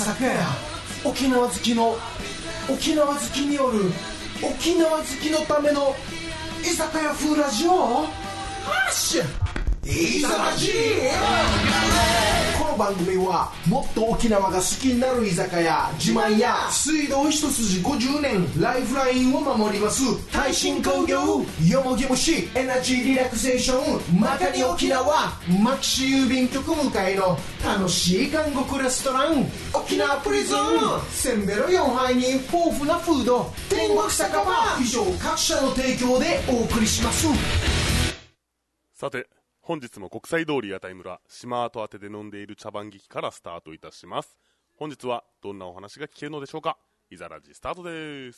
酒屋、沖縄好きによる沖縄好きのための居酒屋風ラジオ、ハッシュいざまじ。この番組はもっと沖縄が好きになる居酒屋自慢や水道一筋50年ライフラインを守ります耐震工業よもぎ虫エナジーリラクゼーションまかに沖縄マキシ郵便局向かいの楽しい韓国レストラン沖縄プリズン、せんべろ4杯に豊富なフード天国酒場、以上各社の提供でお送りします。 さて本日も国際通り屋台村島跡宛てで飲んでいる茶番劇からスタートいたします。本日はどんなお話が聞けるのでしょうか。いざラジスタートです。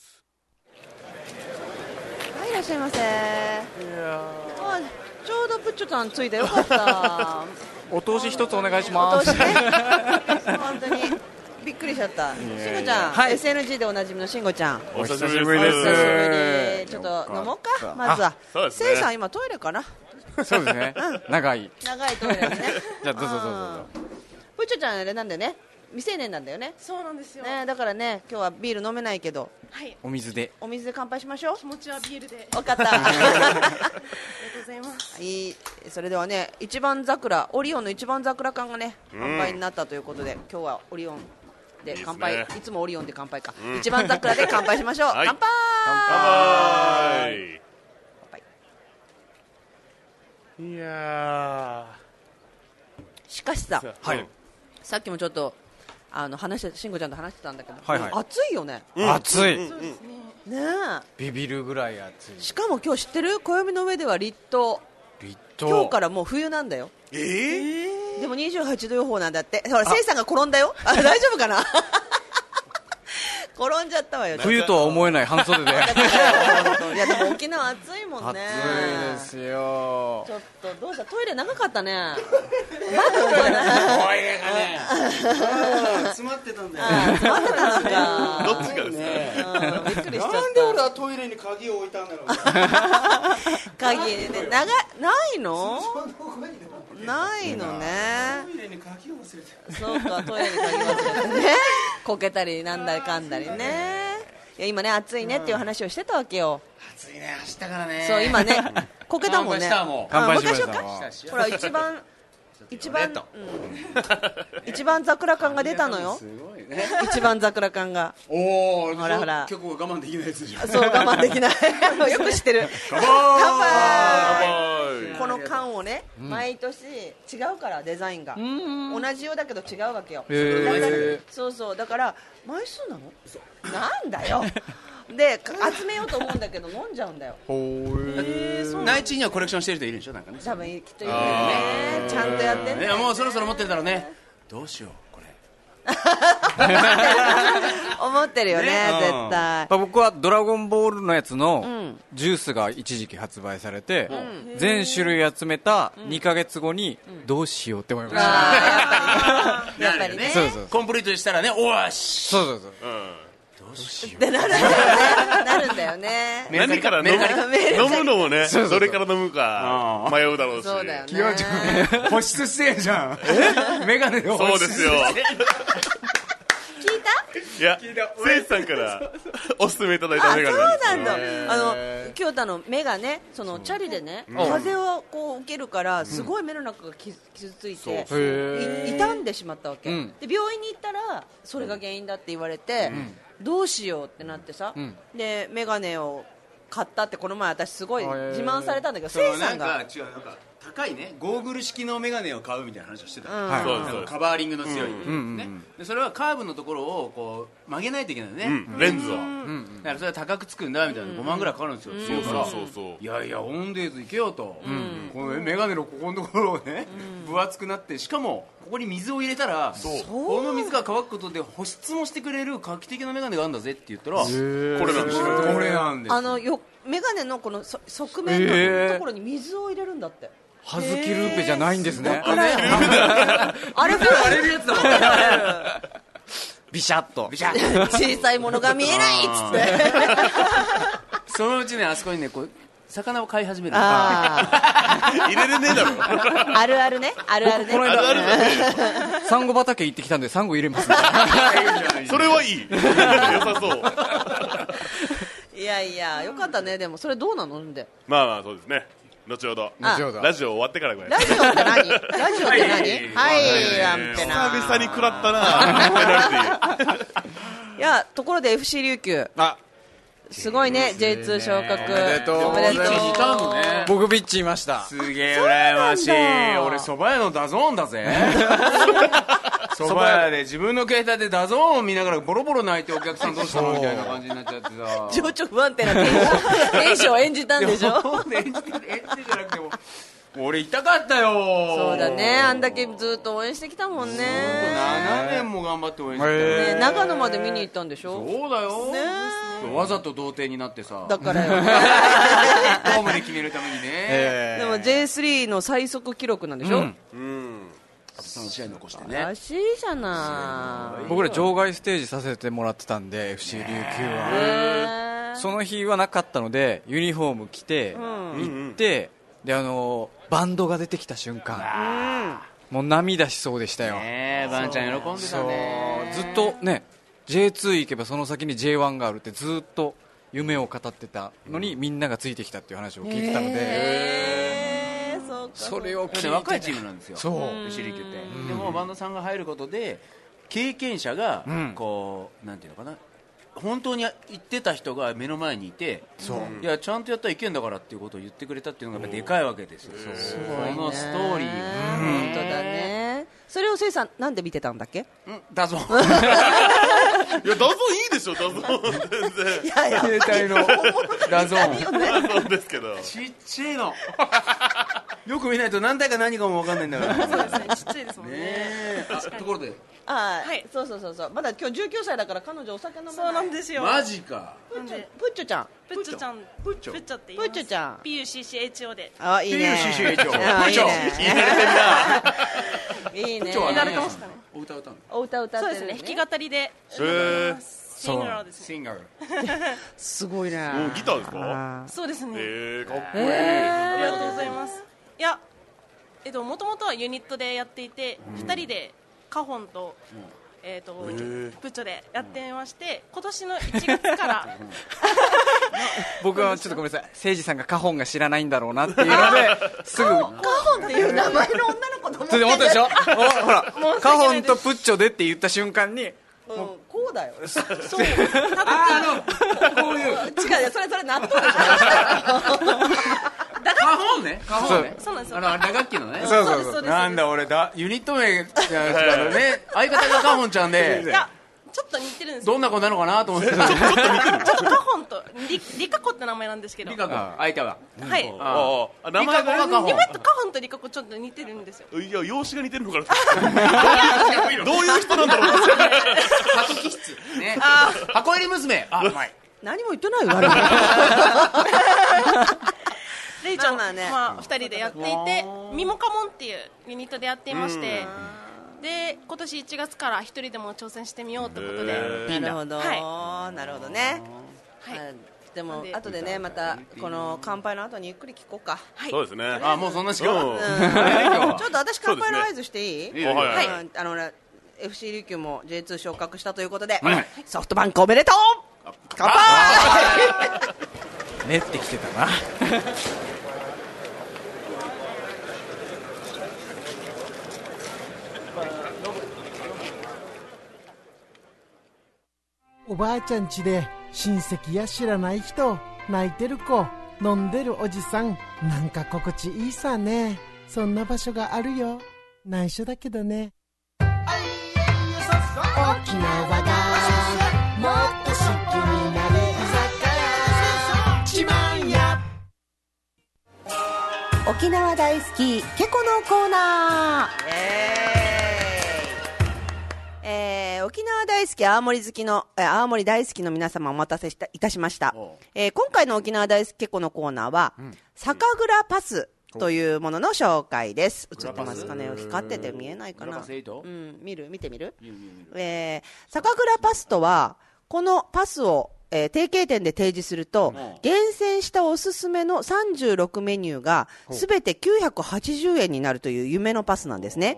はい、いらっしゃいませ。いやちょうどプッチョさんついてよかったお通し一つお願いします。 お通しね本当にびっくりしちゃった。しんごちゃん、はい、SNG でおなじみのしんごちゃん、 お久しぶりです。 お久しぶり。ちょっと飲もうか。まずはせいさん今トイレかな。 そうですね、長いトイレですねじゃあどうぞ。 プッチョちゃんあれなんだよね、未成年なんだよね。 そうなんですよ、 ね、だからね今日はビール飲めないけど、 はい、 お水で乾杯しましょう。 気持ちはビールで。 分かったありがとうございます。 いい。それではね、一番桜オリオンの一番桜缶がね乾杯になったということで、今日はオリオンで乾杯。 いつもオリオンで乾杯か、一番桜で乾杯しましょう、はい、乾杯。 いやしかしさ、 はい、 さっきもちょっとしんごちゃんと話してたんだけど、 はいはい、 暑いよね、 暑い、 ねビビるぐらい暑い。 しかも今日知ってる、暦の上では立冬、今日からもう冬なんだよ。でも28度予報なんだって。ほらせいさんが転んだよ大丈夫かな転んじゃったわよ。 冬とは思えない半袖でいやでも沖縄暑いもんね。 暑いですよ。 ちょっとどうした、トイレ長かったねトイレがね詰まってたんだよ。 詰まってたのかどっちかですね。 びっくりしちゃった。 なんで俺はトイレに鍵を置いたんだろう鍵ね、ないのないのね。 トイレに鍵を忘れて。 そうか、トイレに鍵忘れてねこけたりなんだりかんだりね。いや今ね暑いねっていう話をしてたわけよ。 暑いね、明日からね。 そう今ねこけたもんね。 乾杯しましょうか。ほら一番桜感が出たのよ。 すごいね。 一番桜感が。 おお、 ほらほら。 結構我慢できないやつじゃん。 そう、我慢できないもうよく知ってる。 乾杯。この缶をね、毎年違うからデザインが同じようだけど違うわけよ。そうそう、だから枚数なのなんだよで集めようと思うんだけど飲んじゃうんだよ。 内地にはコレクションしてる人いるでしょ、なんかね。 多分きっといるよね。ちゃんとやってんだよね。 もうそろそろ持ってるだろうね。どうしようこれ思ってるよね、絶対。 僕はドラゴンボールのやつのジュースが一時期発売されて、全種類集めた2ヶ月後にどうしようって思いました。 やっぱりね、 コンプリートしたらね、おーし、 そうどうしようってなるんだよね。 何から飲むのもね、どれから飲むか迷うだろうし。 そうだよね。 保湿してんじゃんメガネで保湿。 そうですよ。いや、せいさんからおすすめいただいたメガネなんです。 そうなんだ。清田の目がね、そのチャリでね、風をこう受けるからすごい目の中が傷ついて傷んでしまったわけ。で病院に行ったらそれが原因だって言われて、どうしようってなってさ、でメガネを買ったってこの前私すごい自慢されたんだけど、せいさんがなんか高いねゴーグル式のメガネを買うみたいな話をしてた。カバーリングの強いね。でそれはカーブのところをこう曲げないといけないね、レンズを。だからそれは高くつくんだみたいな、5万ぐらいかかるんですよ。いやいやオンデイズ行けよと、このメガネのここのところをね分厚くなって、しかもここに水を入れたらこの水が乾くことで保湿もしてくれる画期的なメガネがあるんだぜって言ったら、これなんです。 メガネのこの側面のところに水を入れるんだって。 葉月ルーペじゃないんですね。 あれ割れるやつだもんねビシャッと小さいものが見えないっつってそのうちね、あそこにねこう魚を飼い始める。 入れれねえだろ。 あるあるね、あるあるね。 この間サンゴ畑行ってきたんでサンゴ入れますね。 それはいい。良さそう。 いやいや、よかったね。でもそれどうなのんで。 まあまあそうですね。後ほどラジオ終わってからぐらい。 ラジオって何？ラジオって何？はい、なんてな。 久々に食らったな。 いや、ところで FC 琉球。すごいね、J2 昇格。 おめでとう。僕ビッチいました。 すげえ羨ましい。俺蕎麦屋のダゾーンだぜ。蕎麦屋で自分の携帯でダゾーンを見ながらボロボロ泣いてお客さんどうしたのみたいな感じになっちゃってさ。 情緒不安定なテンションを演じたんでしょ。 演じてじゃなくても俺痛かったよ。 そうだね、あんだけずっと応援してきたもんね。 7年も頑張って応援してきた、 長野まで見に行ったんでしょ。 そうだよ、わざと童貞になってさ。だからよ。 ホームで決めるためにね。 でも J3 の最速記録なんでしょ。 その試合残してね。 らしいじゃない。 僕ら場外ステージさせてもらってたんで FC 琉球はその日はなかったのでユニフォーム着て行って、でバンドが出てきた瞬間、もう涙しそうでしたよ。 バンちゃん喜んでたね。 ずっとね J2 行けばその先に J1 があるってずっと夢を語ってたのに、みんながついてきたっていう話を聞いてたので、それを聞いて若いチームなんですよ、 そう FC琉球って。でもバンドさんが入ることで経験者がこう、なんていうのかな、本当に言ってた人が目の前にいて、いやちゃんとやったらいけんだからっていうことを言ってくれたっていうのがやっぱでかいわけですよ。そのストーリー本当だね。それをせいさんなんで見てたんだっけ。 ダゾーン。 いやダゾーンいいでしょ。ダゾーン全然。 いやいや携帯のダゾーン。 ダゾーンですけどちっちゃいの。よく見ないと何体か何かも分かんないんだから。 そうですね、ちっちゃいですもんね。 ところではい、そうまだ今日19歳だから彼女お酒飲めない。 そうなんですよ。 マジか。 プッチョちゃん。 プッチョちゃん。プッチョって言います。 プッチョちゃん。 PUCCHO で。 あ、いいね。 PUCCHO。プッチョ。 いいね。 言われてましたね。 お歌歌うの。 お歌歌ってそうですね。弾き語りで。シンガーですね。 シンガー。 すごいね。 ギターですか。 そうですね。 かっこいい。 ありがとうございます。いや、もともとはユニットでやっていて、2人でカホンとプッチョでやってまして、今年の1月から僕はちょっとごめんなさい、誠司さんがカホンが知らないんだろうなっていうのですぐカホンっていう名前の女の子と思って思ったでしょ。ほらカホンとプッチョでって言った瞬間にこうだよ。そう。こういう。 違うよ、 それ納豆でしょ。 カホンね。 そうなんですよ。 打楽器のね。 そう。 なんだ俺ユニット名じゃないですかね。相方がカホンちゃんで。 いや、ちょっと似てるんですよ。 どんな子なのかなと思って。ちょっとカホンとリカコって名前なんですけど。 リカコ。相手は。 はい。 名前がカホンとリカコちょっと似てるんですよ。 いや、容姿が似てるのかな。どういう人なんだろう。 箱気質。ね。箱入り娘。あ、うまい。 何も言ってないよ。 レイちゃんは2人でやっていて、ミモカモンっていうユニットでやっていまして、で今年1月から1人でも挑戦してみようということで。 なるほど、なるほどね。でも後でね、またこの乾杯の後にゆっくり聞こうか。 そうですね。 もうそんな時間。 ちょっと私乾杯の合図していい？ はい。 FC 琉球も J2 昇格したということで、ソフトバンクおめでとう。乾杯。 練ってきてたな。 おばあちゃん家で親戚や知らない人、泣いてる子、飲んでるおじさん、なんか心地いいさね。そんな場所があるよ。内緒だけどね。沖縄がもっと好きになる居酒屋、ちまんや。 沖縄大好きケコのコーナー。沖縄大好き青森大好きの皆様、お待たせいたしました。今回の沖縄大好きケコのコーナーは、酒蔵パスというものの紹介です。映ってますかね。光ってて見えないかな。見てみる。酒蔵パスとは、このパスを提携店で提示すると、厳選したおすすめの36メニューがすべて980円になるという夢のパスなんですね。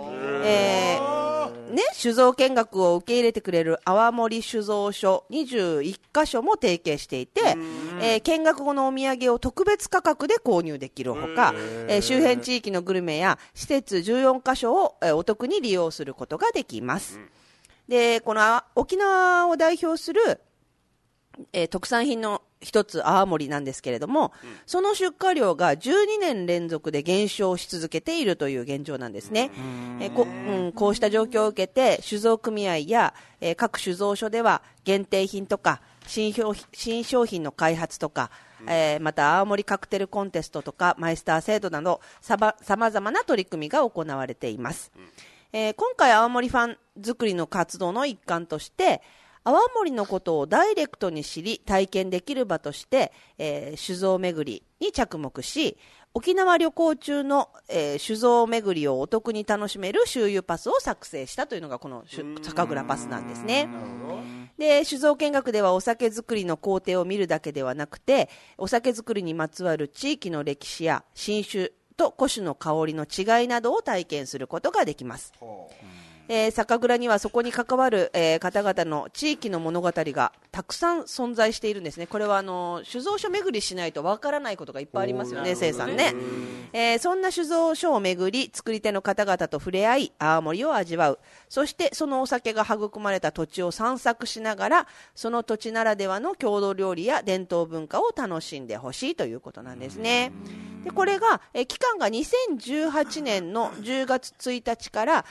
酒造見学を受け入れてくれる泡盛酒造所21カ所も提携していて、見学後のお土産を特別価格で購入できるほか、周辺地域のグルメや施設14カ所をお得に利用することができます。で、この沖縄を代表する、特産品の一つ泡盛なんですけれども、その出荷量が12年連続で減少し続けているという現状なんですね。こうした状況を受けて酒造組合や、各酒造所では限定品とか新商品の開発とか、また青森カクテルコンテストとかマイスター制度などさまざまな取り組みが行われています。今回青森ファン作りの活動の一環として泡盛のことをダイレクトに知り体験できる場として、酒造巡りに着目し、沖縄旅行中の、酒造巡りをお得に楽しめる周遊パスを作成したというのがこの酒蔵パスなんですね。で、酒造見学ではお酒作りの工程を見るだけではなくて、お酒作りにまつわる地域の歴史や新酒と古酒の香りの違いなどを体験することができます。酒蔵にはそこに関わる、方々の地域の物語がたくさん存在しているんですね。これは酒造所巡りしないとわからないことがいっぱいありますよね、生さんね。そんな酒造所を巡り作り手の方々と触れ合い泡盛を味わう、そしてそのお酒が育まれた土地を散策しながらその土地ならではの郷土料理や伝統文化を楽しんでほしいということなんですね。でこれが、期間が2018年の10月1日から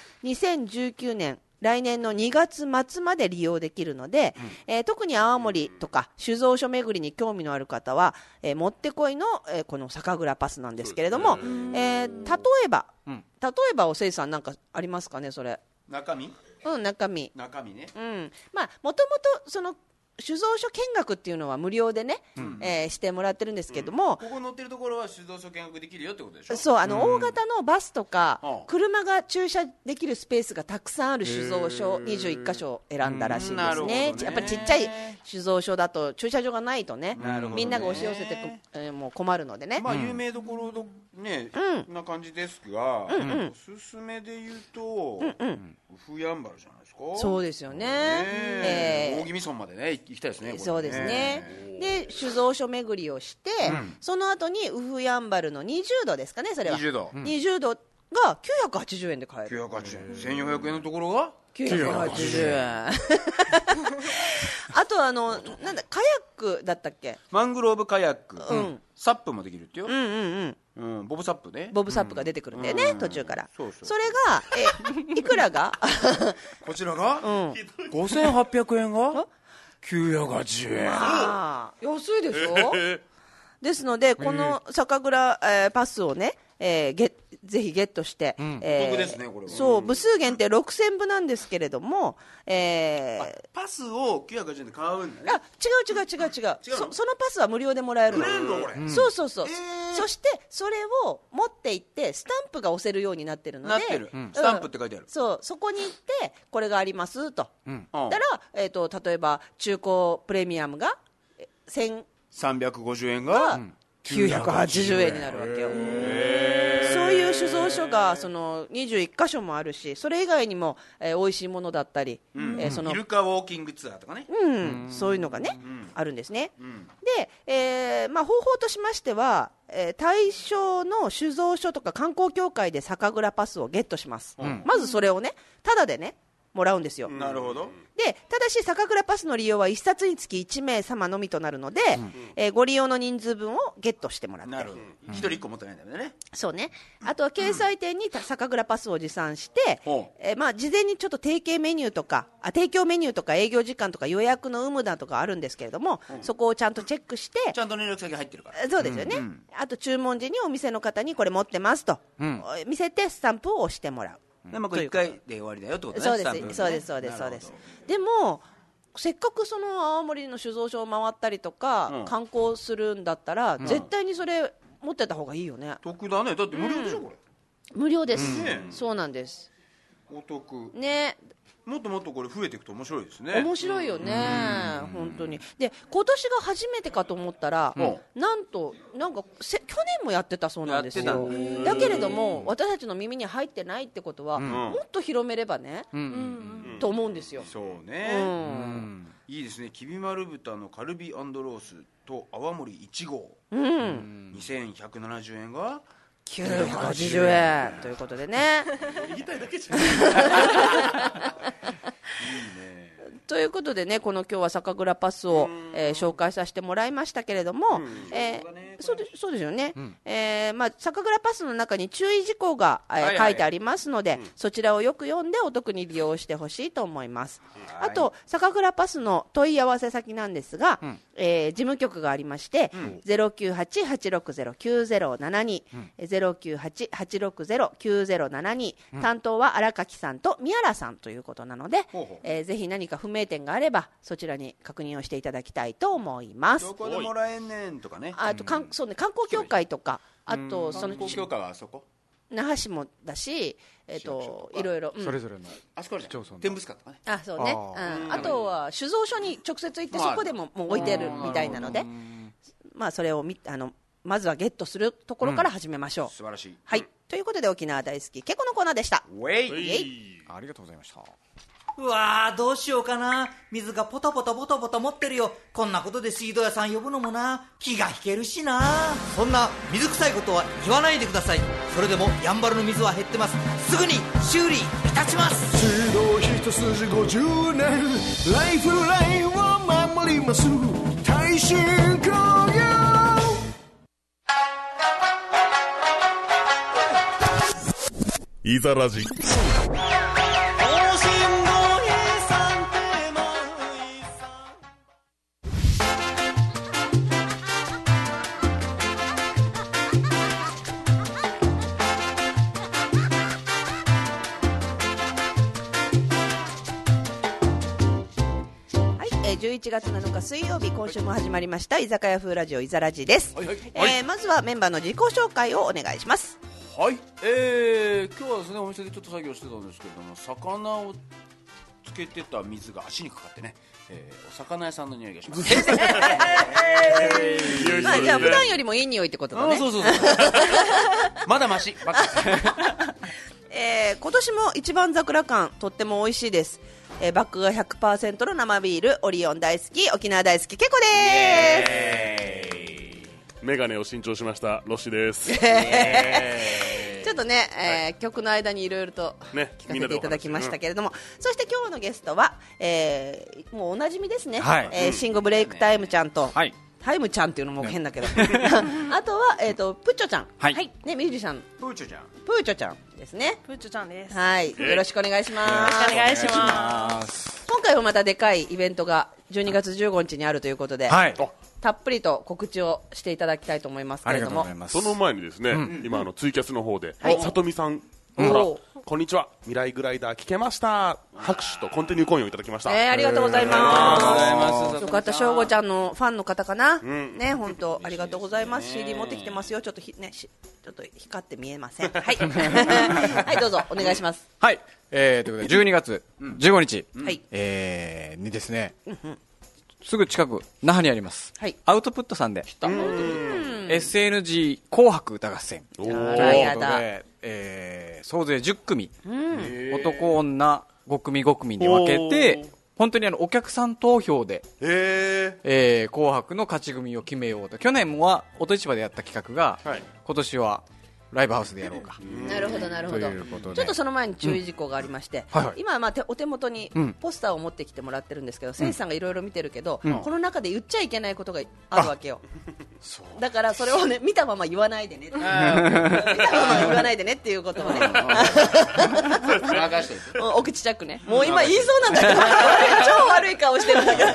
2019年来年の2月末まで利用できるので、特に泡盛とか酒造所巡りに興味のある方は、もってこいの、この酒蔵パスなんですけれども、例えばおせいさんなんかありますかね、それ。 中身ね。 まあもともとその酒造所見学っていうのは無料でね、してもらってるんですけども、 ここ乗ってるところは酒造所見学できるよってことでしょ。 そう、大型のバスとか、車が駐車できるスペースがたくさんある酒造所21カ所選んだらしいんですね。やっぱりちっちゃい酒造所だと駐車場がないとね、みんなが押し寄せて、もう困るのでね。 まあ有名どころのね、な感じですが、おすすめで言うとウフヤンバルじゃないですか。 そうですよね。 大宜味村までね行きたいですね。 そうですね。で酒造所巡りをして、その後にウフヤンバルの20度ですかね、それは20度が980円で買える。 980円、1400円のところが 980円あとなんだカヤックだったっけ、 マングローブカヤック、サップもできるってよ。ボブサップね。 ボブサップが出てくるんだよね、途中から。それがいくらがこちらが5800円が980円。 安いでしょですのでこの酒蔵パスをね、ぜひゲットして、 得ですねこれは。 そう、部数限定6000部なんですけれども、 パスを980円で買うんだね。 違うそのパスは無料でもらえるの。そう、そしてそれを持って行ってスタンプが押せるようになってるので、 スタンプって書いてある。 そこに行ってこれがありますと、だから、例えば中古プレミアムが 1350円が 980円になるわけよ。そういう酒造所がその21カ所もあるし、それ以外にも、美味しいものだったり、 そのイルカウォーキングツアーとかね、 そういうのがね、あるんですね。で、方法としましては、対象の酒造所とか観光協会で酒蔵パスをゲットします。まずそれをねタダでねもらうんですよ。 なるほど。 でただし酒蔵パスの利用は1冊につき1名様のみとなるので、ご利用の人数分をゲットしてもらって。なるほど。 1人1個持ってないんだよね。 そうね。あとは掲載店に酒蔵パスを持参して、事前にちょっと提供メニューとか営業時間とか予約の有無だとかあるんですけれども、そこをちゃんとチェックして、 ちゃんと連絡先入ってるから。 そうですよね。あと注文時にお店の方にこれ持ってますと、見せてスタンプを押してもらう。 でこれ1回で終わりだよってことね。 そうです。でもせっかくその青森の酒造所を回ったりとか、観光するんだったら、絶対にそれ持ってた方がいいよね。 得だね。だって無料でしょこれ。 無料です。そうなんです。 お得ね。 もっともっとこれ増えていくと面白いですね。 面白いよね、本当に。で今年が初めてかと思ったら、なんとなんか去年もやってたそうなんですよ。だけれども私たちの耳に入ってないってことは、もっと広めればね、と思うんですよ。 そうね、いいですね。きび丸豚のカルビ&ロースと泡盛1号、2170円が 980円ということでね。 言いたいだけじゃん。 ということでね、この今日は酒蔵パスを、紹介させてもらいましたけれども、そうですよね、酒蔵パスの中に注意事項が、書いてありますので、そちらをよく読んでお得に利用してほしいと思います。あと酒蔵パスの問い合わせ先なんですが、事務局がありまして、098-860-9072、098-860-9072、担当は荒垣さんと宮原さんということなので、ぜひ何か不明点があればそちらに確認をしていただきたいと思います。 どこでもらえんねんとかね。 あとそうね、観光協会とか、あとその観光協会はあそこ那覇市もだし、いろいろ、 それぞれのあそこじゃん、天物館とかね。 あ、そうね、あとは酒造所に直接行ってそこでももう置いてるみたいなので、それをまずはゲットするところから始めましょう。 素晴らしい。 はい、ということで沖縄大好きケコのコーナーでした。 ウェイ、 ありがとうございました。 うわー、どうしようかな。水がポタポタポタポタ持ってるよ。こんなことで水道屋さん呼ぶのもな、気が引けるしな。そんな水臭いことは言わないでください。それでもやんばるの水は減ってます。すぐに修理いたします。 水道一筋50年、ライフラインを守ります。耐震工業。 いざラジ。 11月7日水曜日、今週も始まりました居酒屋風ラジオいざラジです。まずはメンバーの自己紹介をお願いします。 はい、今日はですね、お店でちょっと作業してたんですけれども、魚をつけてた水が足にかかってね、お魚屋さんの匂いがします。 じゃあ普段よりもいい匂いってことだね。 そうまだマシ今年も一番桜感とっても美味しいです。バックが 100% の生ビール、オリオン大好き、沖縄大好きケコです。 メガネを新調しましたロシです。 ちょっとね、曲の間にいろいろと聞かせていただきましたけれども、そして今日のゲストは、もうおなじみですね、シンゴブレイクタイムちゃんと、タイムちゃんっていうのも変だけど、あとは、プッチョちゃん、ね、ミュージシャンプーチョちゃん、 プーチョちゃんですね。 プーチョちゃんです。 はい、よろしくお願いします。 お願いします。 今回はまたでかいイベントが12月15日にあるということで、たっぷりと告知をしていただきたいと思いますけれども、 その前にですね、今ツイキャスの方でさとみさんからこんにちは、未来グライダー聞けました、拍手とコンティニューコインをいただきました。 ありがとうございます。よかった、しょうごちゃんのファンの方かな、ね、本当ありがとうございます。 CD 持ってきてますよ。ちょっとね、ちょっと光って見えません。はいはい、どうぞお願いします。 はい、ということで12月15日、にですね、すぐ近く那覇にあります、アウトプットさんでSNG 紅白歌合戦ということで、総勢10組、男女5組5組に分けて、本当にお客さん投票で、紅白の勝ち組を決めようと。去年は音市場でやった企画が、今年はライブハウスでやろうか。 なるほどなるほど。ちょっとその前に注意事項がありまして、今はお手元にポスターを持ってきてもらってるんですけど、選手さんがいろいろ見てるけど、この中で言っちゃいけないことがあるわけよ。だからそれをね、見たまま言わないでね、見たまま言わないでねっていうことをね、お口チャックね、もう今言いそうなんだけど超悪い顔してるんだけど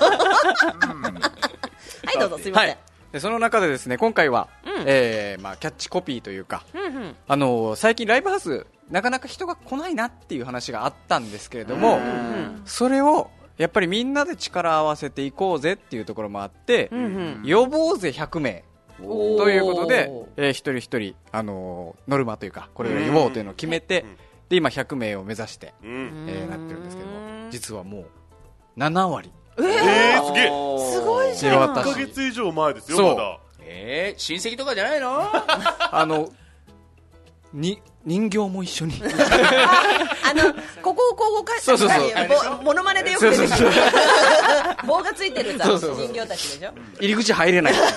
はいどうぞ、すいません。 でその中でですね、今回は、キャッチコピーというか、最近ライブハウスなかなか人が来ないなっていう話があったんですけれども、それをやっぱりみんなで力を合わせていこうぜっていうところもあって、呼ぼうぜ100名ということで、一人一人ノルマというかこれを呼ぼうというのを決めて、 で今100名を目指して、なってるんですけども、実はもう7割。 すげえ、 すごいじゃん。 1ヶ月以上前ですよ。まだ親戚とかじゃないの？ 人形も一緒にここをこうかモノマネでよく出てくる棒がついてるさ人形たちでしょ。 入り口入れないさ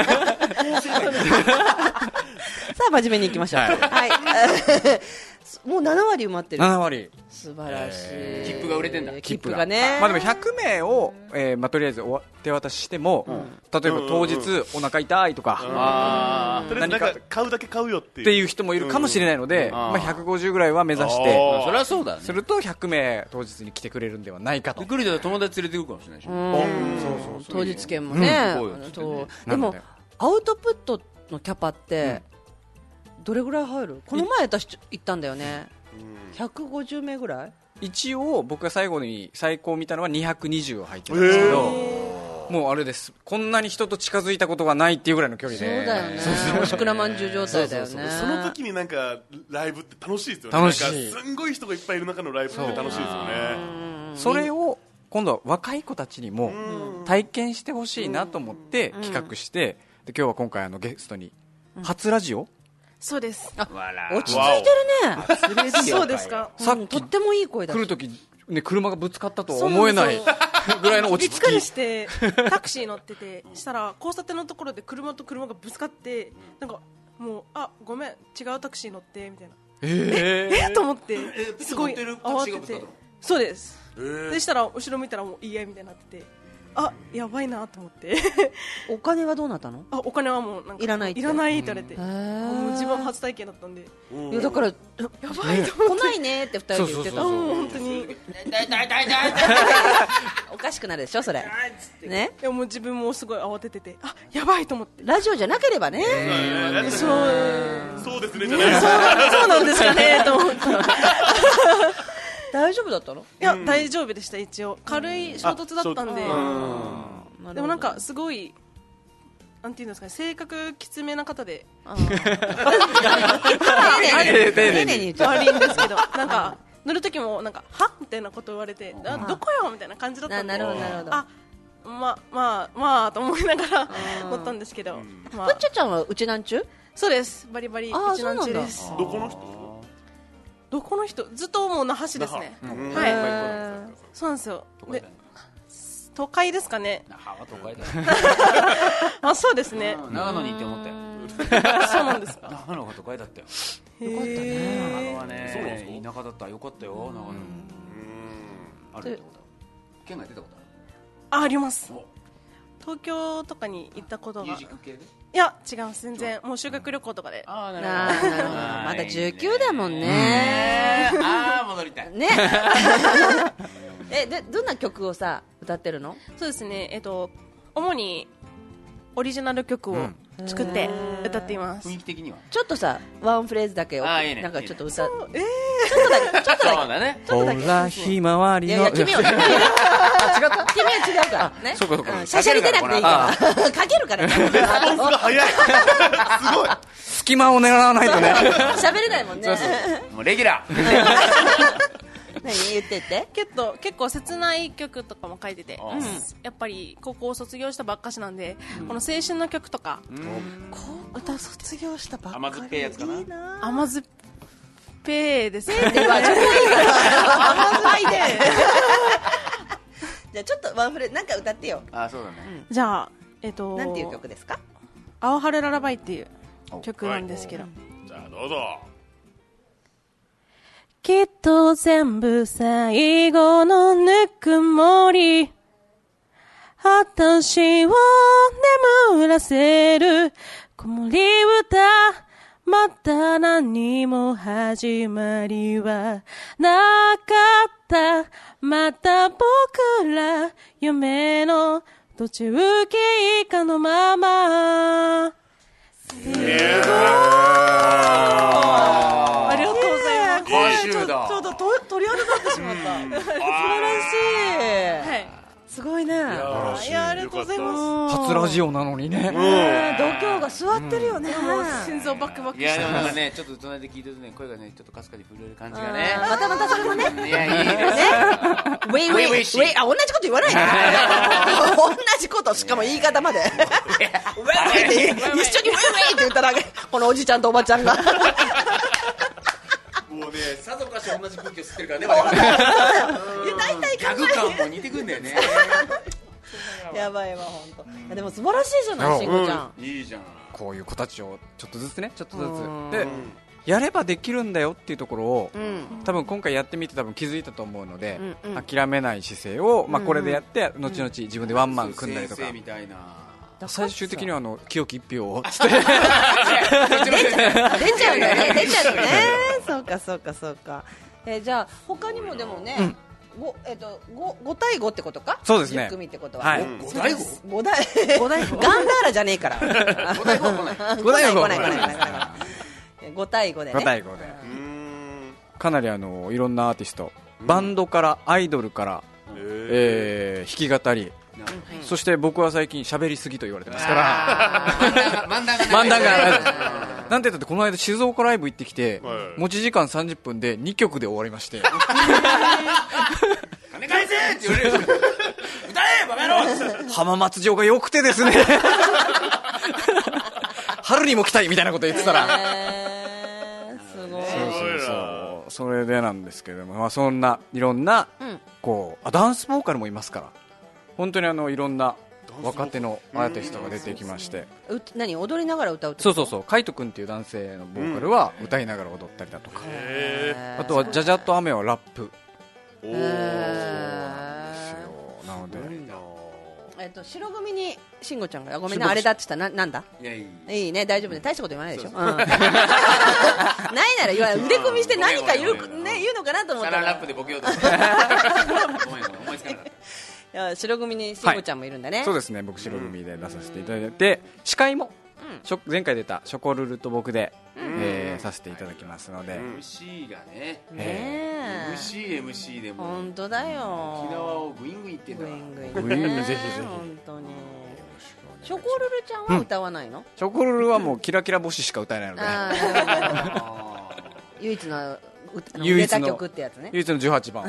あ真面目にいきましょう。はいもう7割埋まってる。 7割。 素晴らしい。 切符が売れてんだ。 切符がね。 まあでも100名をとりあえず手渡ししても、例えば当日お腹痛いとか、 何か買うだけ買うよっていう人もいるかもしれないので、150ぐらいは目指して、 そりゃそうだね。 すると100名当日に来てくれるんではないかと。 来ると友達連れてくるかもしれないし。 当日券もね。でもアウトプットのキャパってどれぐらい入る？この前私行ったんだよね。150名ぐらい？ 一応僕が最後に最高見たのは220入ってたんですけど、もうあれです。こんなに人と近づいたことがないっていうぐらいの距離で。 そうだよね。おしくらまんじゅう状態だよね。 その時になんかライブって楽しいですよね。 楽しい。 すんごい人がいっぱいいる中のライブって楽しいですよね。 それを今度は若い子たちにも体験してほしいなと思って企画して、で今日は今回ゲストに初ラジオ。 そうです。 落ち着いてるね。 そうですか。 さっきとってもいい声だ。 来る時ね車がぶつかったとは思えないぐらいの落ち着き。 びっくりしてタクシー乗ってて、したら交差点のところで車と車がぶつかって、なんかもうごめん違うタクシー乗ってみたいな。と思ってすごい慌てて。そうです。でしたら後ろ見たらもういいやみたいになってて。やばいなと思ってお金はどうなったの？ お金はもうなんかいらないって言われて、もう自分初体験だったんで、 いやだからやばいと思って来ないねって2人で言ってた。 本当におかしくなるでしょそれね。 いやもう自分もすごい慌ててて、やばいと思って。 ラジオじゃなければね。 そうですねじゃない。 そうなんですよねと思って大丈夫だったの？ いや、大丈夫でした。一応軽い衝突だったんで。でもなんかすごいなんていうんですかね、性格きつめな方で丁寧に言っちゃう。 悪いんですけど、なんか乗る時もなんかはみたいなこと言われて、どこよみたいな感じだったんで、 なるほどなるほど。 まあと思いながら乗ったんですけど。 ぷっちゃちゃんはうちなんちゅう？ そうです。バリバリうちなんちゅうです。 どこの人？ どこの人？ずっともう那覇市ですね。はい。そうなんですよ。で、都会ですかね。 那覇は都会だ。 そうですね。 長野に行って思ったよ。 そうなんですか。 長野が都会だったよ。 よかったね。 長野はね、田舎だった。よかったよ。長野。あるってこと？県外出たことある？ あります。東京とかに行ったことが。 ミュージック系で？ いや違う、全然もう修学旅行とかで。 なるほど。まだ19だもんね。 戻りたいね。でどんな曲をさ歌ってるの？ そうですね、主にオリジナル曲を作って歌っています。 雰囲気的にはちょっとさワンフレーズだけをなんかちょっと歌っちょっとだね。 ほらひまわりの。 いや君は違うからね。 そうかそうか。 しゃしゃり出なくていいからかけるから。 レスポンスが早い。すごい。 隙間を狙わないとね。 喋れないもんね。 もうレギュラー。 何言ってて？ 結構切ない曲とかも書いてて、やっぱり高校を卒業したばっかしなんで、この青春の曲とか、 歌卒業したばっかり。 甘酸っぱいやつかな。 甘酸っぱいですね。 甘酸っぱいで。じゃあちょっとワンフレなんか歌ってよ。 そうだね。 じゃあなんていう曲ですか？ 青春ララバイっていう曲なんですけど。 じゃあどうぞ。 きっと全部最後のぬくもり、私を眠らせる子守歌、また何も始まりはなかった、また僕ら夢の途中経過のまま。すごい、ありがとうございます。 歌手だ。 ちょうど鳥肌立ってしまった。素晴らしい。 はい。 すごいね。いや、ありがとうございます。 初ラジオなのにね。 度胸が座ってるよね。 心臓バクバク。 いやでもなんかね、ちょっと隣で聞いてるとね、声がねちょっとかすかに震える感じがね。 またそれもね。 いやいいですね。 ウェイウェイウェイ、あ、同じこと言わないで。同じこと、しかも言い方まで。ウェイウェイって一緒にウェイウェイって言ったらこのおじちゃんとおばちゃんが。 もうね、さぞかし同じ空気を吸ってるからね、我々。 大体ギャグ感も似てくんだよね。 やばいわ、本当。でも素晴らしいじゃない、しんごちゃん。 いいじゃん。 こういう子たちをちょっとずつね、ちょっとずつでやればできるんだよっていうところを、多分今回やってみて多分気づいたと思うので、諦めない姿勢を、これでやって後々自分でワンマン組んだりとか、最終的には清き一票をつって出ちゃうんだね、出ちゃうね。そうか。じゃあ他にもでもね、5対5ってことか。 そうですね。 10組ってことは。 5対 5？ 5対5。ガンダーラじゃねえから。5対5来ない。5対5でね。 5対5で。かなりいろんなアーティスト、バンドからアイドルから弾き語り。そして僕は最近喋りすぎと言われてますから漫談がなんて言ったってこの間静岡ライブ行ってきて、持ち時間30分で2曲で終わりまして金返せって言われる。歌えバカ野郎。 浜松城が良くてですね春にも来たいみたいなこと言ってたらすごい。 そうそれでなんですけども、そんないろんなこうダンスボーカルもいますから、本当にいろんな若手のアーティストが出てきまして、 何踊りながら歌うってこと？そうカイト君っていう男性のボーカルは歌いながら踊ったりだとか、あとはジャジャッと雨はラップ。そうなんですよ。なので白組に慎吾ちゃんがごめんねあれだって言ったらなんだ。いいね、大丈夫ね、大したこと言わないでしょ。ないなら言わない、腕組みして何か言うのかなと思ったら。 サランラップでボケようと思って思いつかなかった。 白組に慎吾ちゃんもいるんだね。 そうですね、僕白組で出させていただいて、司会も前回出たショコルルと僕でさせていただきますので、 MC がね、MC でも本当だよ、 沖縄をグイングインってんだグインぜひぜひ本当に。ショコルルちゃんは歌わないの？ ショコルルはもうキラキラ星しか歌えないので唯一の売れた曲ってやつね。 唯一の18番。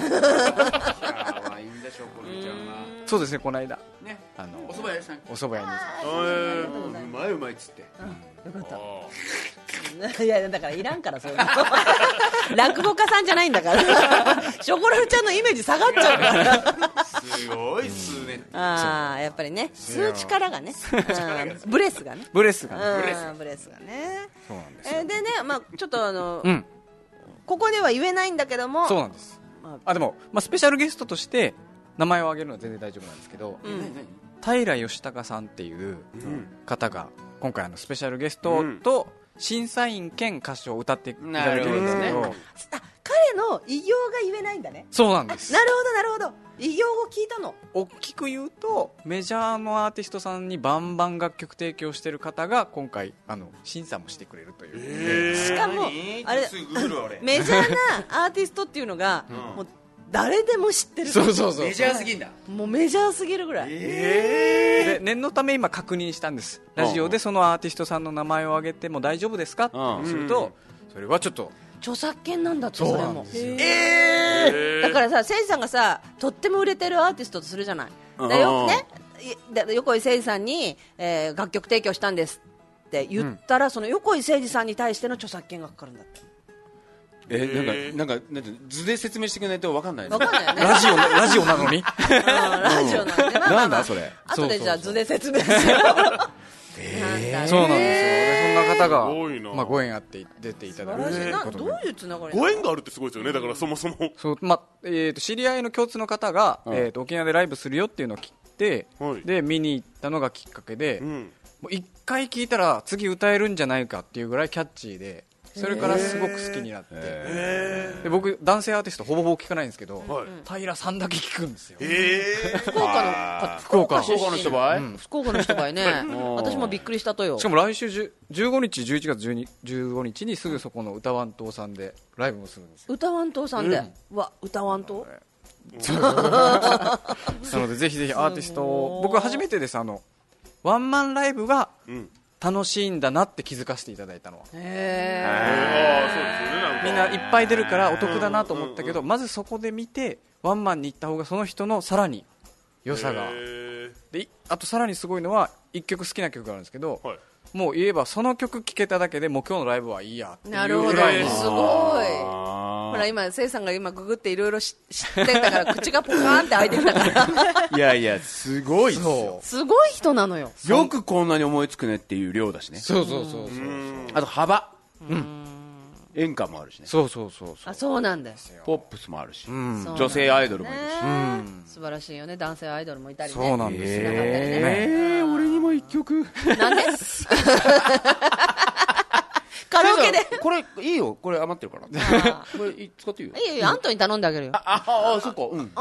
そうですね、この間ね、お蕎麦屋さん、 お蕎麦屋にうまいっつって、 よかった。いやだからいらんからそういうの落語家さんじゃないんだからショコラルちゃんのイメージ下がっちゃうからすごい数年。 やっぱりね、吸う力がね、ブレスがね、 ブレスがね。 そうなんですよ。でね、ちょっとここでは言えないんだけども、 そうなんです。でもスペシャルゲストとして名前を挙げるのは全然大丈夫なんですけど、平義隆さんっていう方が今回スペシャルゲストと審査員兼歌手を歌っていただけるんですけど、 彼の偉業が言えないんだね。 そうなんです。 なるほど、偉業を聞いたの。 大きく言うとメジャーのアーティストさんにバンバン楽曲提供してる方が今回審査もしてくれるという、 しかもあれメジャーなアーティストっていうのがもう誰でも知ってる。 そうメジャーすぎんだ。 もうメジャーすぎるぐらい。 で念のため今確認したんです。ラジオでそのアーティストさんの名前を挙げても大丈夫ですかってすると、それはちょっと著作権なんだって。それもだからさ、誠司さんがさとっても売れてるアーティストとするじゃない。だよね、横井誠司さんに、楽曲提供したんですって言ったら、その横井誠司さんに対しての著作権がかかるんだって。 なんか図で説明してくれないと分かんない。 分かんないよね。 ラジオなのに。 ラジオなんで。 なんだそれ。 後でじゃあ図で説明しよう。 そうなんですよ。でそんな方がご縁あって出ていただくどういうつながり？ ご縁があるってすごいですよね。だからそもそも。 知り合いの共通の方が沖縄でライブするよっていうのを聞いて、で見に行ったのがきっかけで、もう一回聞いたら次歌えるんじゃないかっていうぐらいキャッチーで。それからすごく好きになって、で僕男性アーティストほぼほぼ聞かないんですけど、平さんだけ聞くんですよ。福岡の人ばい、 福岡の人ばいね。私もびっくりしたとよ。 しかも来週15日11月15日にすぐそこの歌わん島さんでライブもするんですよ。 歌わん島さんで、歌わん島なのでぜひぜひアーティストを、僕は初めてです、ワンマンライブが楽しいんだなって気づかせていただいたのは。みんないっぱい出るからお得だなと思ったけど、まずそこで見てワンマンに行った方がその人のさらに良さがで、あとさらにすごいのは1曲好きな曲があるんですけど、もう言えばその曲聴けただけでもう今日のライブはいいやっていうぐらい。 すごい。ほら今せいさんが今ググっていろいろ知ってたから口がポカーンって開いてきたからいやいやすごいですよ。 すごい人なのよ。 よくこんなに思いつくねっていう量だしね。 そうあと幅、演歌もあるしね。 そうあ、そうなんだよ。 ポップスもあるし、女性アイドルもいるし、 素晴らしいよね。男性アイドルもいたりね。 そうなんですよ。 俺にも一曲なんでカラオケでこれいいよ、これ余ってるからこれ使っていいよ。 いいよ、アントに頼んであげるよ。 あ、そっか、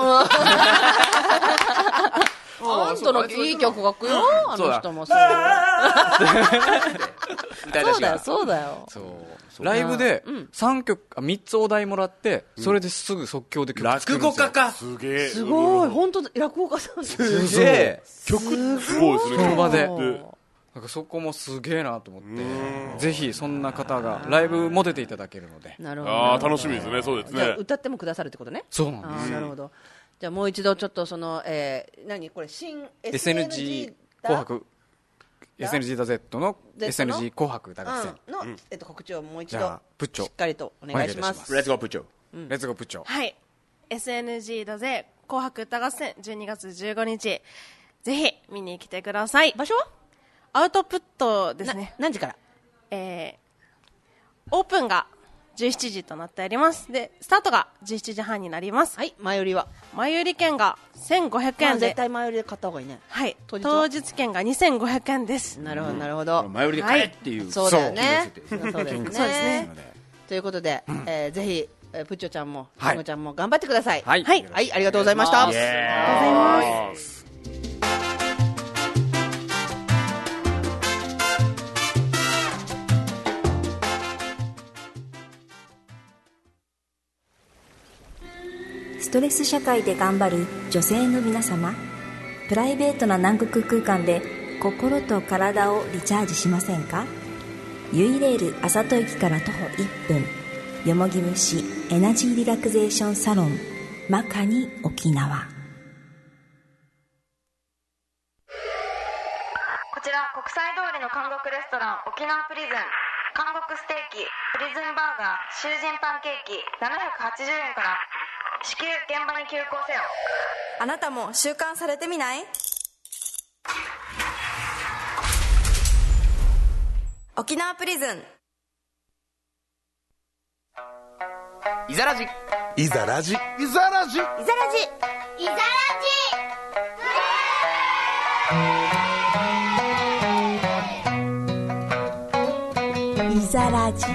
アントのいい曲書くよ、あの人も。そうだよ。 ライブで3つお題もらって、それですぐ即興で曲作るんですよ。 落語家か。 すげえ。 すごい、本当落語家さん。 すげえ。 曲すごいですね。 その場で。なんかそこもすげえなと思って、ぜひそんな方がライブも出ていただけるので。 なるほど。 ああ、楽しみですね。そうですね。 歌ってもくださるってことね。 そうなんです。 なるほど。じゃあもう一度ちょっとその何これ新 SNG 紅白 SNG だ Z の SNG 紅白歌合戦の告知をもう一度プッチョしっかりとお願いします。 レッツゴープッチョ。 レッツゴープッチョ。 はい、 SNG だぜ紅白歌合戦12月15日ぜひ見に来てください。 場所はアウトプットですね。 何時から？ オープンが17時となっております。でスタートが17時半になります。 はい。前売りは前売り券が1500円で、 絶対前売りで買った方がいいね。 はい、当日券が2500円です。 なるほどなるほど。 前売りで買えっていう、 そうだよね。そうですね。ということでぜひプッチョちゃんもシンゴちゃんも頑張ってください。はい、ありがとうございました。ありがとうございます。 ストレス社会で頑張る女性の皆様、プライベートな南国空間で心と体をリチャージしませんか？ユイレールあさと駅から徒歩1分、よもぎ虫エナジーリラクゼーションサロンマカニ沖縄。 こちら国際通りの韓国レストラン沖縄プリズン、韓国ステーキ、プリズンバーガー、囚人パンケーキ780円から。至急現場に急行せよ。 あなたも習慣されてみない？沖縄プリズン。 イザラジいざラジいざラジいざらじいざらいざらじ。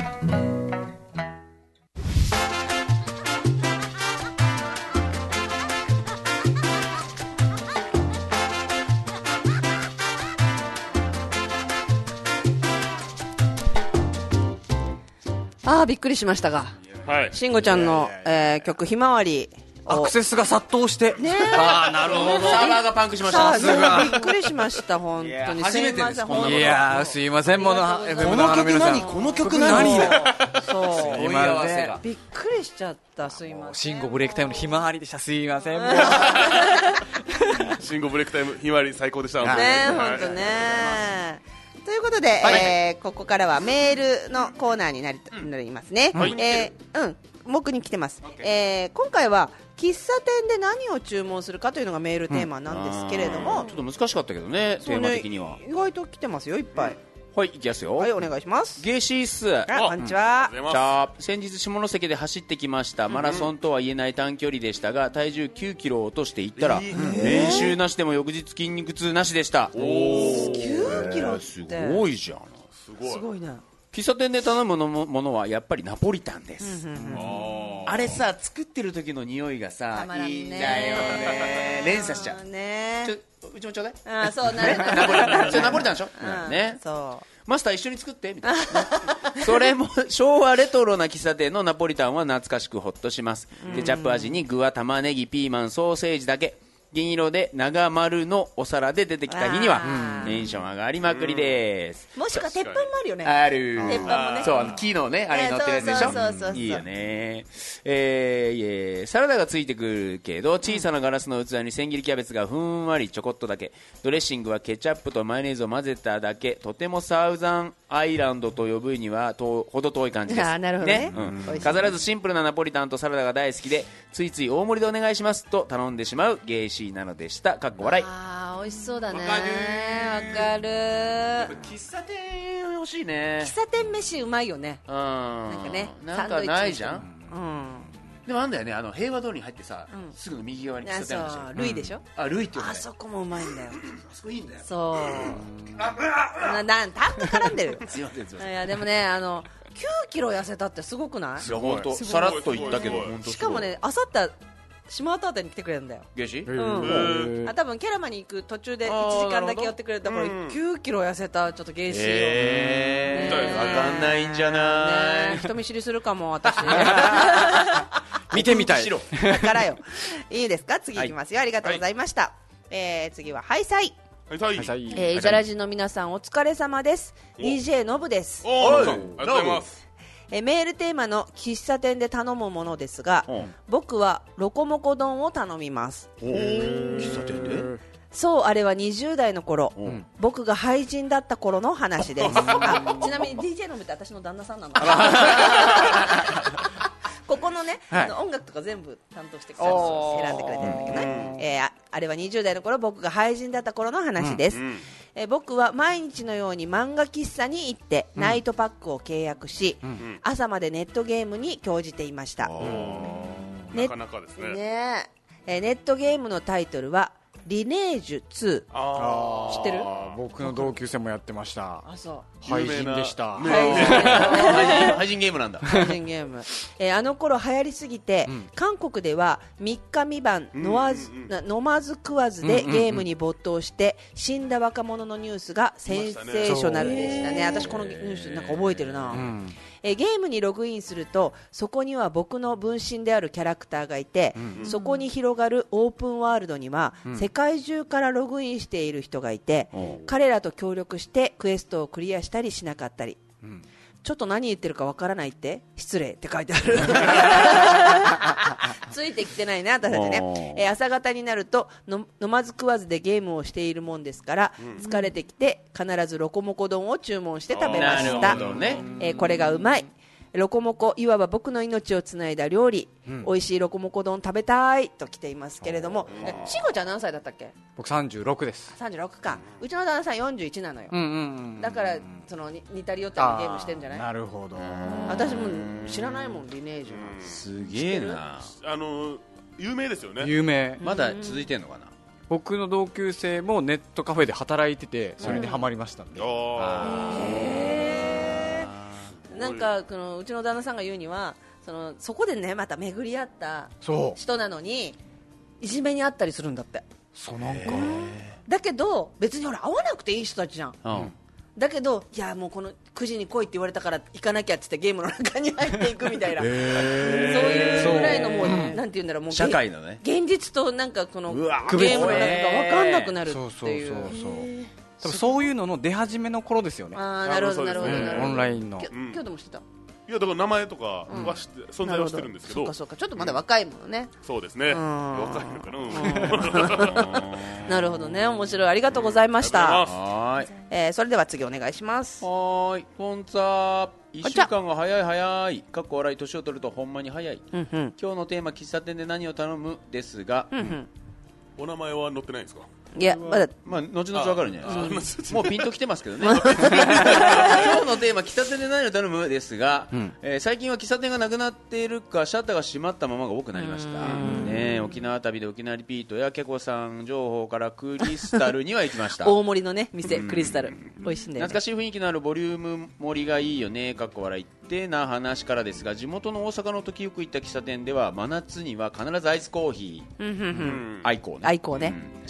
びっくりしましたが、しんごちゃんの曲ひまわりアクセスが殺到してね。 なるほど。サーバーがパンクしました。 びっくりしました本当に。 初めてです。 いやすいません。この曲何？この曲何？ そう。 問い合わせがびっくりしちゃった。すいません。 シンゴブレイクタイムのひまわりでした。すいません。 シンゴブレイクタイムひまわり最高でした。 ね本当ね。ということで、ここからはメールのコーナーになりますね。僕に来てます。今回は喫茶店で何を注文するかというのがメールテーマなんですけれども、 ちょっと難しかったけどね、テーマ的には。 意外と来てますよ、いっぱい。 はい、いきますよ。 はい、お願いします。 ゲシース。 こんにちは。 じゃあ先日下関で走ってきました。マラソンとは言えない短距離でしたが、体重9キロ落としていったら、練習なしでも翌日筋肉痛なしでした。 9キロってすごいじゃん。 すごいね。 喫茶店で頼むものはやっぱりナポリタンです。あれさ、作ってる時の匂いがさ、いいんだよね。連鎖しちゃう。うちもちょうだい。 そうなる。 それナポリタンでしょ。ね。 そう。 マスター一緒に作ってみたいなそれも昭和レトロな喫茶店のナポリタンは懐かしくホッとします。ケチャップ味に具は玉ねぎ、ピーマン、ソーセージだけ。銀色で長丸のお皿で出てきた日にはテンション上がりまくりです。 もしくは鉄板もあるよね。 ある。 鉄板もね。 そう木のねあれに乗ってるやつでしょ。いいよね。サラダがついてくるけど小さなガラスの器に千切りキャベツがふんわりちょこっとだけ。ドレッシングはケチャップとマヨネーズを混ぜただけ。とてもサウザンアイランドと呼ぶにはほど遠い感じです。 なるほどね。 飾らずシンプルなナポリタンとサラダが大好きでついつい大盛りでお願いしますと頼んでしまうゲイシーなのでした。かっこ笑い。 あー美味しそうだね。わかる。 喫茶店欲しいね。 喫茶店飯うまいよね。 なんかねなんかないじゃん。でもあんだよね平和通りに入ってさすぐの右側に喫茶店あるじゃん。 ルイでしょ。 ルイってあそこもうまいんだよ。 あそこいいんだよ。 そうなんた絡んでる。 すいませんすいません。 いやでもね9キロ痩せたってすごくない？ いや本当さらっと言ったけどしかもねあさって島跡あたりに来てくれるんだよ。 ゲシ？ 多分ケラマに行く途中で1時間だけ寄ってくれたから9キロ痩せたちょっとゲイシーを分かんないんじゃない。 人見知りするかも私見てみたい。 だからよ。いいですか次いきますよ。ありがとうございました。次はハイサイ。イザラジの皆さんお疲れ様です。 DJ ノブです。 ありがとうございます。 メールテーマの喫茶店で頼むものですが、僕はロコモコ丼を頼みます。 喫茶店で？ そうあれは20代の頃、僕が俳人だった頃の話です。ちなみに DJ ノブって私の旦那さんなの。ここのね、音楽とか全部担当してくれて選んでくれてるんだけどね、あれは20代の頃僕が俳人だった頃の話です。僕は毎日のように漫画喫茶に行ってナイトパックを契約し、朝までネットゲームに興じていました。 なかなかですね。 ネットゲームのタイトルはリネージュ2。知ってる？ 僕の同級生もやってました。 あ、そう。 廃人でした。 廃人ゲームなんだ。 廃人ゲーム。あの頃流行りすぎて、韓国では3日3晩飲まず食わずでゲームに没頭して死んだ若者のニュースがセンセーショナルでしたね。私このニュースなんか覚えてるな。ゲームにログインするとそこには僕の分身であるキャラクターがいて、そこに広がるオープンワールドには世界中からログインしている人がいて、彼らと協力してクエストをクリアしたりしなかったり、ちょっと何言ってるかわからないって失礼って書いてある。ついてきてないね私たちね。朝方になると飲まず食わずでゲームをしているもんですから、疲れてきて必ずロコモコ丼を注文して食べました。これがうまい。ロコモコいわば僕の命をつないだ料理、美味しいロコモコ丼食べたいと来ていますけれども、しごちゃん何歳だったっけ？ 僕36です。 36か。うちの旦那さん41なのよ。だからその似たり寄ったりゲームしてるんじゃない？ なるほど。 私も知らないもんリネージュ。 すげえな。 有名ですよね。 有名。 まだ続いてんのかな？ 僕の同級生もネットカフェで働いててそれにハマりましたんで。 なんかうちの旦那さんが言うにはそこでねまた巡り合った人なのにいじめにあったりするんだって。 そうなんかだけど別にほら会わなくていい人たちじゃん、だけどいやもうこの9時に来いって言われたから行かなきゃって言ってゲームの中に入っていくみたいな、そういうぐらいのもうなんていうんだろう、もう社会のね現実となんかこのゲームの中が分かんなくなるっていう。 多分そういうのの出始めの頃ですよね。 なるほどなるほど。 オンラインの今日でもしてた。 いやだから名前とかは存在はしてるんですけど、 そうかちょっとまだ若いものね。 そうですね、若いのかな。 なるほどね、面白い。ありがとうございました。それでは次お願いします。 はい、こんざ1週間が早いかっこ笑い。年を取るとほんまに早い。今日のテーマ喫茶店で何を頼むですが、 お名前は載ってないんですか？ いやまだ後々分かるんじゃないですか。もうピンときてますけどね。今日のテーマ喫茶店で何を頼むですが、最近は喫茶店がなくなっているかシャッターが閉まったままが多くなりました、沖縄旅で沖縄リピートやケコさん情報からクリスタルには行きました。 大森のね店、クリスタル美味しいんだよね。 懐かしい雰囲気のあるボリューム盛りがいいよねかっこ笑いってな話からですが、地元の大阪の時よく行った喫茶店では真夏には必ずアイスコーヒー、アイコーね、 アイコーね、 しかも常連に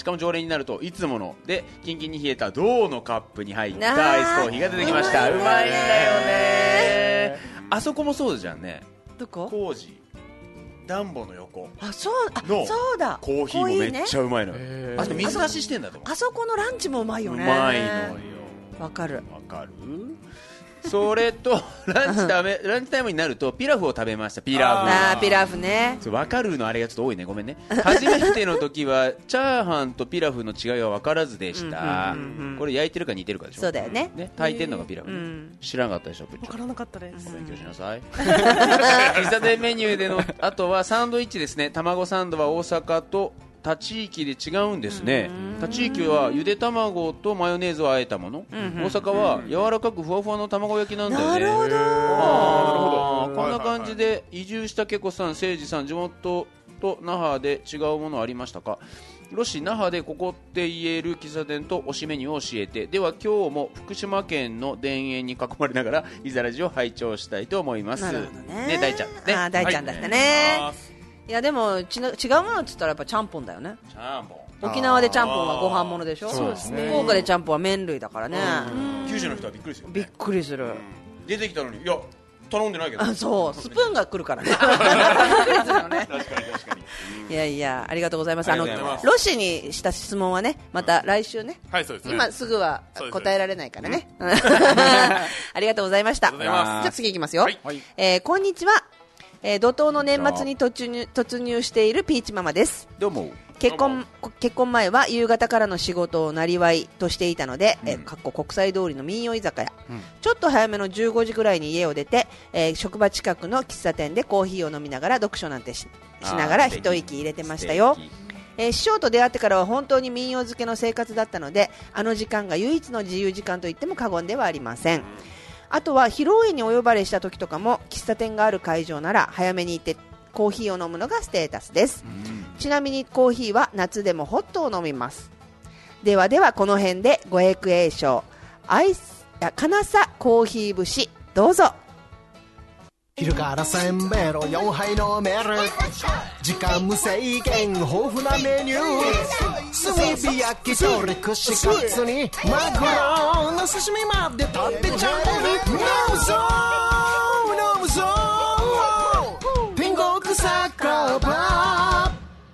なるといつものでキンキンに冷えた銅のカップに入ったアイスコーヒーが出てきました。うまいんだよね。あそこもそうじゃんね。 どこ？ 工事ダンボの横そうだコーヒーもめっちゃうまいのよ。あと水出ししてんだと思う。 あそこのランチもうまいよね。 うまいのよ。 わかる。 それとランチタイムになるとピラフを食べました。ピラフね。 分かるのあれがちょっと多いね、ごめんね。初めての時はチャーハンとピラフの違いは分からずでした。これ焼いてるか煮てるかでしょ。 そうだよね。 炊いてるのがピラフ、知らなかったでしょ。 分からなかったです。 お勉強しなさい。喫茶店メニューでのあとはサンドイッチですね。卵サンドは大阪と他地域で違うんですね。他地域はゆで卵とマヨネーズをあえたもの、大阪は柔らかくふわふわの卵焼きなんだよね。 なるほど。 こんな感じで移住したけこさん、誠司さん、地元と那覇で違うものありましたか。ロシ那覇でここって言える喫茶店と推しメニューを教えて。では今日も福島県の田園に囲まれながらイザラジを拝聴したいと思います。 なるほどね。 大ちゃんね。 大ちゃんだったね。いやでも違うものって言ったらやっぱちゃんぽんだよね。 ちゃんぽん。 沖縄でちゃんぽんはご飯ものでしょ。 そうですね。 福岡でちゃんぽんは麺類だからね。 九州の人はびっくりする。 びっくりする。 出てきたのにいや頼んでないけど。 そうスプーンが来るからね。びっくりするよね。 確かに。 いやありがとうございます。ロシにした質問はねまた来週ね。 はいそうですね。 今すぐは答えられないからね。ありがとうございました。じゃあ次いきますよ。こんにちは。怒涛の年末に突入しているピーチママです。 どうも。 結婚前は夕方からの仕事をなりわいとしていたので、国際通りの民謡居酒屋、ちょっと早めの15時ぐらいに家を出て、職場近くの喫茶店でコーヒーを飲みながら読書なんて しながら一息入れてましたよ。師匠と出会ってからは本当に民謡漬けの生活だったので、あの時間が唯一の自由時間と言っても過言ではありません。あとは披露宴にお呼ばれした時とかも喫茶店がある会場なら早めに行ってコーヒーを飲むのがステータスです。ちなみにコーヒーは夏でもホットを飲みます。ではこの辺でご益栄賞金さコーヒー節どうぞ。 昼からせんべろ4杯飲める時間無制限豊富なメニュー炭火焼き鳥串カツにマグロの刺身まで食べちゃう飲むぞ天国酒場。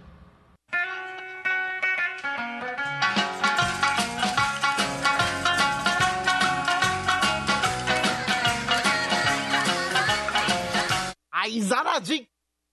いざらじ。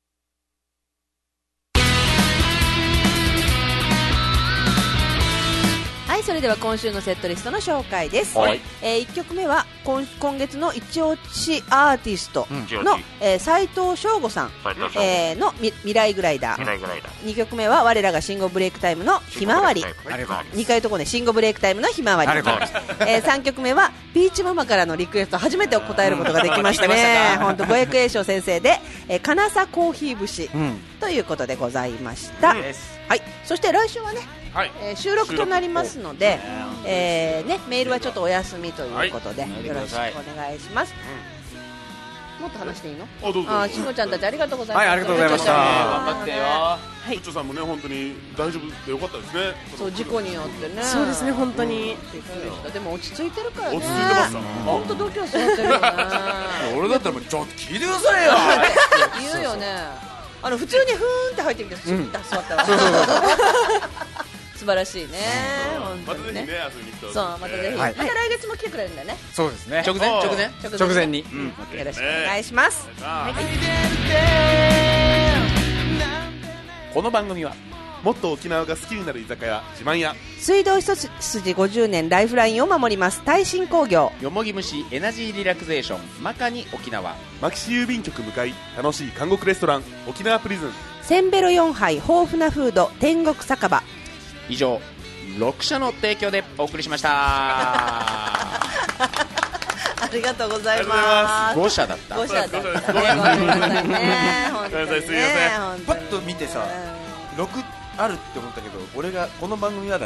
はい、それでは今週のセットリストの紹介です。1曲目は今月の一押しアーティストの斉藤翔吾さんの未来グライダー。2曲目は我らがシンゴブレイクタイムのひまわり。2回とこねシンゴブレイクタイムのひまわり。3曲目はピーチママからのリクエスト初めて答えることができましたね。本当ご益栄賞先生で金さコーヒー節ということでございました。はい、そして来週はね収録となりますので、メールはちょっとお休みということで、よろしくお願いします。もっと話していいの？しのちゃんたちありがとうございます。 ありがとうございました。 頑張ってよ。 うっちょさんもね本当に大丈夫でよかったですね。 そう事故によってね。 そうですね本当に。 でも落ち着いてるからね。 落ち着いてます。 本当度胸座ってるよね。 俺だったらちょっと聞いてくださいよ。 言うよね。普通にふーんって入ってきて座ったら。素晴らしいね。 またぜひね遊びに来て。 そうまたぜひ。また来月も来てくれるんだね。 そうですね。 直前に。 よろしくお願いします。 この番組はもっと沖縄が好きになる居酒屋自慢屋、 水道一筋50年ライフラインを守ります耐震工業、 よもぎ虫エナジーリラクゼーションマカニ沖縄、 牧師郵便局向かい楽しい韓国レストラン沖縄プリズン、 せんべろ4杯豊富なフード天国酒場。 以上6社の提供でお送りしましたありがとうございます。 5社だった。 5社だったね。ごめんなさいね。 ごめんなさい、すみません。 パッと見てさ、6あるって思ったけど、俺がこの番組はだった。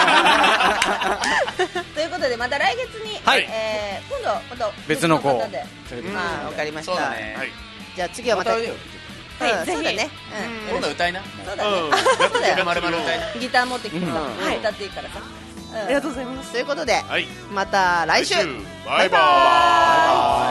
ということでまた来月に、今度また別の子で。わかりました。じゃあ次はまた。そうだね。よろ今度歌いな。 そうだね。 そうだよ。丸々歌いな。 ギター持ってきてさ、歌っていいからさ。 ありがとうございます。 ということで、また来週。 バイバーイ。